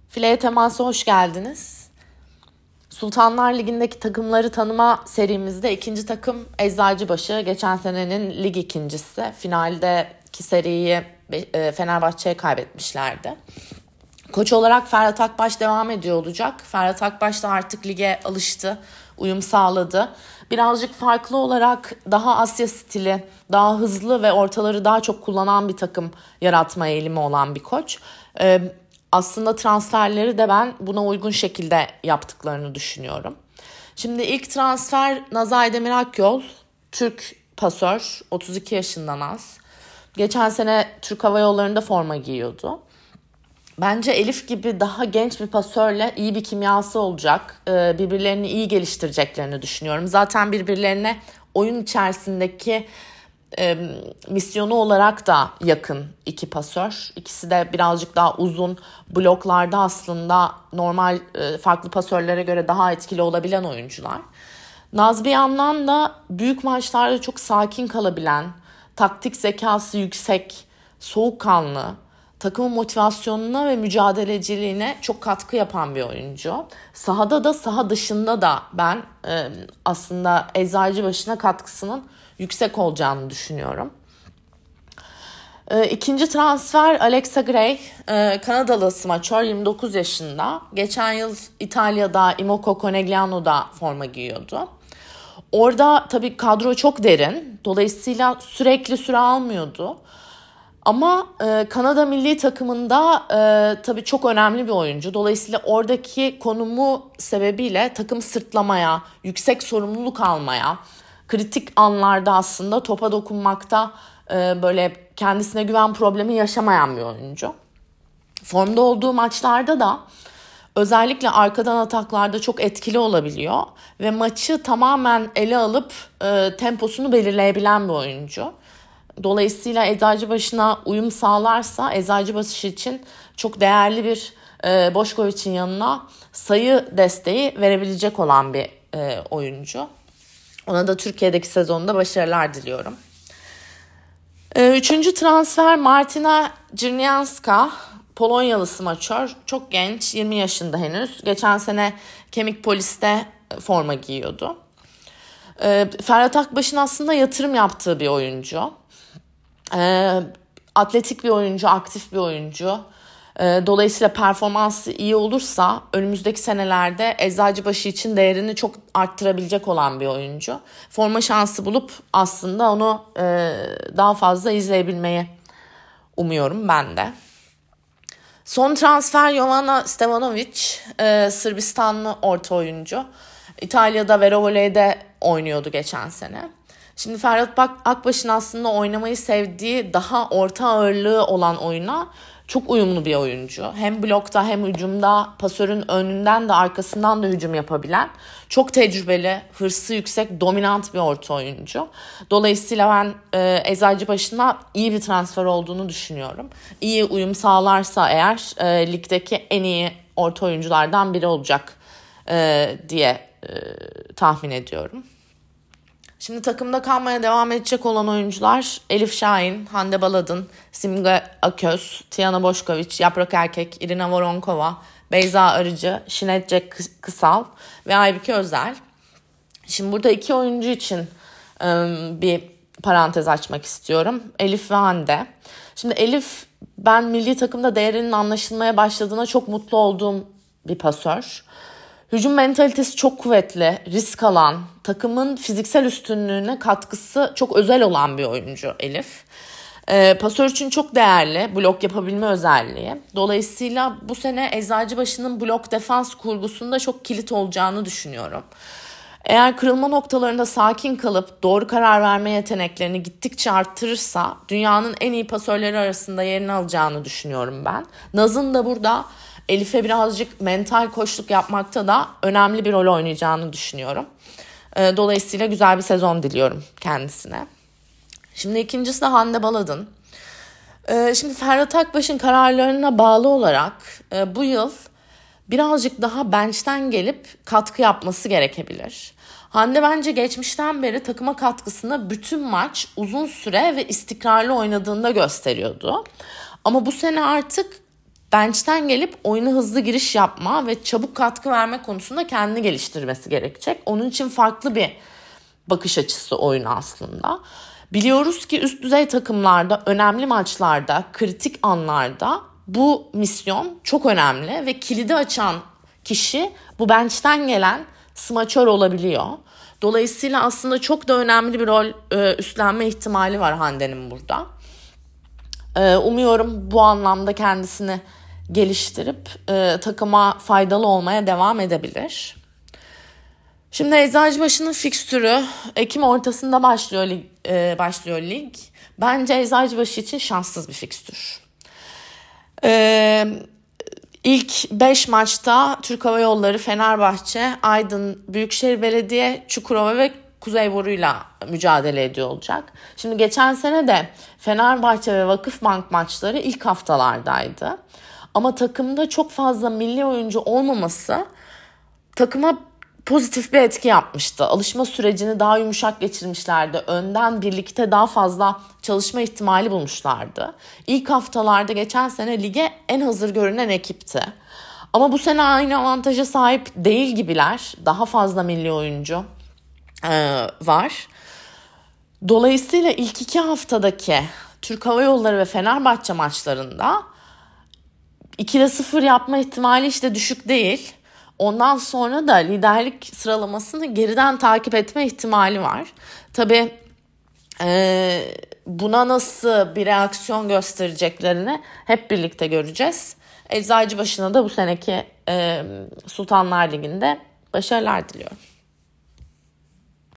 Fileye Temas'a hoş geldiniz. Sultanlar Ligi'ndeki takımları tanıma serimizde ikinci takım Eczacıbaşı. Geçen senenin lig ikincisi. Finaldeki seriyi Fenerbahçe'ye kaybetmişlerdi. Koç olarak Ferhat Akbaş devam ediyor olacak. Ferhat Akbaş da artık lige alıştı, uyum sağladı. Birazcık farklı olarak daha Asya stili, daha hızlı ve ortaları daha çok kullanan bir takım yaratma eğilimi olan bir koç. Aslında transferleri de ben buna uygun şekilde yaptıklarını düşünüyorum. Şimdi ilk transfer Nazay Demirakyol, Türk pasör, 32 yaşından az. Geçen sene Türk Hava Yolları'nda forma giyiyordu. Bence Elif gibi daha genç bir pasörle iyi bir kimyası olacak. Birbirlerini iyi geliştireceklerini düşünüyorum. Zaten birbirlerine oyun içerisindeki misyonu olarak da yakın iki pasör. İkisi de birazcık daha uzun bloklarda aslında normal farklı pasörlere göre daha etkili olabilen oyuncular. Nazlı Yandan da büyük maçlarda çok sakin kalabilen, taktik zekası yüksek, soğukkanlı, takımın motivasyonuna ve mücadeleciliğine çok katkı yapan bir oyuncu. Sahada da saha dışında da ben aslında Eczacıbaşı'na katkısının yüksek olacağını düşünüyorum. İkinci transfer Alexa Gray, Kanadalı smaçör, 29 yaşında. Geçen yıl İtalya'da Imoco Conegliano'da forma giyiyordu. Orada tabii kadro çok derin. Dolayısıyla sürekli süre almıyordu. Ama Kanada milli takımında tabii çok önemli bir oyuncu. Dolayısıyla oradaki konumu sebebiyle takım sırtlamaya, yüksek sorumluluk almaya, kritik anlarda aslında topa dokunmakta böyle kendisine güven problemi yaşamayan bir oyuncu. Formda olduğu maçlarda da özellikle arkadan ataklarda çok etkili olabiliyor ve maçı tamamen ele alıp temposunu belirleyebilen bir oyuncu. Dolayısıyla Eczacıbaşı'na uyum sağlarsa Eczacıbaşı için çok değerli bir Boşkoviç'in yanına sayı desteği verebilecek olan bir oyuncu. Ona da Türkiye'deki sezonunda başarılar diliyorum. Üçüncü transfer Martina Czernianska, Polonyalı smaçör. Çok genç, 20 yaşında henüz. Geçen sene Kemik Polis'te forma giyiyordu. Ferhat Akbaş'ın aslında yatırım yaptığı bir oyuncu. Atletik bir oyuncu, aktif bir oyuncu. Dolayısıyla performansı iyi olursa önümüzdeki senelerde Eczacıbaşı için değerini çok arttırabilecek olan bir oyuncu. Forma şansı bulup aslında onu daha fazla izleyebilmeyi umuyorum ben de. Son transfer Jovana Stevanovic, Sırbistanlı orta oyuncu. İtalya'da Verovole'de oynuyordu geçen sene. Şimdi Ferhat Akbaş'ın aslında oynamayı sevdiği daha orta ağırlığı olan oyuna çok uyumlu bir oyuncu. Hem blokta hem hücumda pasörün önünden de arkasından da hücum yapabilen, çok tecrübeli, hırsı yüksek, dominant bir orta oyuncu. Dolayısıyla ben Eczacıbaşı'na iyi bir transfer olduğunu düşünüyorum. İyi uyum sağlarsa eğer ligdeki en iyi orta oyunculardan biri olacak diye tahmin ediyorum. Şimdi takımda kalmaya devam edecek olan oyuncular Elif Şahin, Hande Baladın, Simge Aköz, Tiyana Boşkoviç, Yaprak Erkek, Irina Voronkova, Beyza Arıcı, Şinetce Kısal ve Aybüke Özel. Şimdi burada iki oyuncu için bir parantez açmak istiyorum. Elif ve Hande. Şimdi Elif, ben milli takımda değerinin anlaşılmaya başladığına çok mutlu olduğum bir pasör. Hücum mentalitesi çok kuvvetli, risk alan, takımın fiziksel üstünlüğüne katkısı çok özel olan bir oyuncu Elif. Pasör için çok değerli, blok yapabilme özelliği. Dolayısıyla bu sene Eczacıbaşı'nın blok defans kurgusunda çok kilit olacağını düşünüyorum. Eğer kırılma noktalarında sakin kalıp doğru karar verme yeteneklerini gittikçe arttırırsa dünyanın en iyi pasörleri arasında yerini alacağını düşünüyorum ben. Naz'ın da burada Elif'e birazcık mental koçluk yapmakta da önemli bir rol oynayacağını düşünüyorum. Dolayısıyla güzel bir sezon diliyorum kendisine. Şimdi ikincisi de Hande Baladın. Şimdi Ferhat Akbaş'ın kararlarına bağlı olarak bu yıl birazcık daha bench'ten gelip katkı yapması gerekebilir. Hande bence geçmişten beri takıma katkısını bütün maç uzun süre ve istikrarlı oynadığında gösteriyordu. Ama bu sene artık bench'ten gelip oyuna hızlı giriş yapma ve çabuk katkı verme konusunda kendini geliştirmesi gerekecek. Onun için farklı bir bakış açısı oyunu aslında. Biliyoruz ki üst düzey takımlarda, önemli maçlarda, kritik anlarda bu misyon çok önemli ve kilidi açan kişi bu bench'ten gelen smaçör olabiliyor. Dolayısıyla aslında çok da önemli bir rol üstlenme ihtimali var Hande'nin burada. Umuyorum bu anlamda kendisini geliştirip takıma faydalı olmaya devam edebilir. Şimdi Eczacıbaşı'nın fikstürü Ekim ortasında başlıyor lig. Bence Eczacıbaşı için şanssız bir fikstür. İlk 5 maçta Türk Hava Yolları, Fenerbahçe, Aydın, Büyükşehir Belediye, Çukurova ve Kuzeyboru'yla mücadele ediyor olacak. Şimdi geçen sene de Fenerbahçe ve Vakıfbank maçları ilk haftalardaydı. Ama takımda çok fazla milli oyuncu olmaması takıma pozitif bir etki yapmıştı. Alışma sürecini daha yumuşak geçirmişlerdi. Önden birlikte daha fazla çalışma ihtimali bulmuşlardı. İlk haftalarda geçen sene lige en hazır görünen ekipti. Ama bu sene aynı avantaja sahip değil gibiler. Daha fazla milli oyuncu var. Dolayısıyla ilk 2 haftadaki Türk Hava Yolları ve Fenerbahçe maçlarında 2'de 0 yapma ihtimali işte düşük değil. Ondan sonra da liderlik sıralamasını geriden takip etme ihtimali var. Tabii buna nasıl bir reaksiyon göstereceklerini hep birlikte göreceğiz. Eczacıbaşı'na da bu seneki Sultanlar Ligi'nde başarılar diliyorum.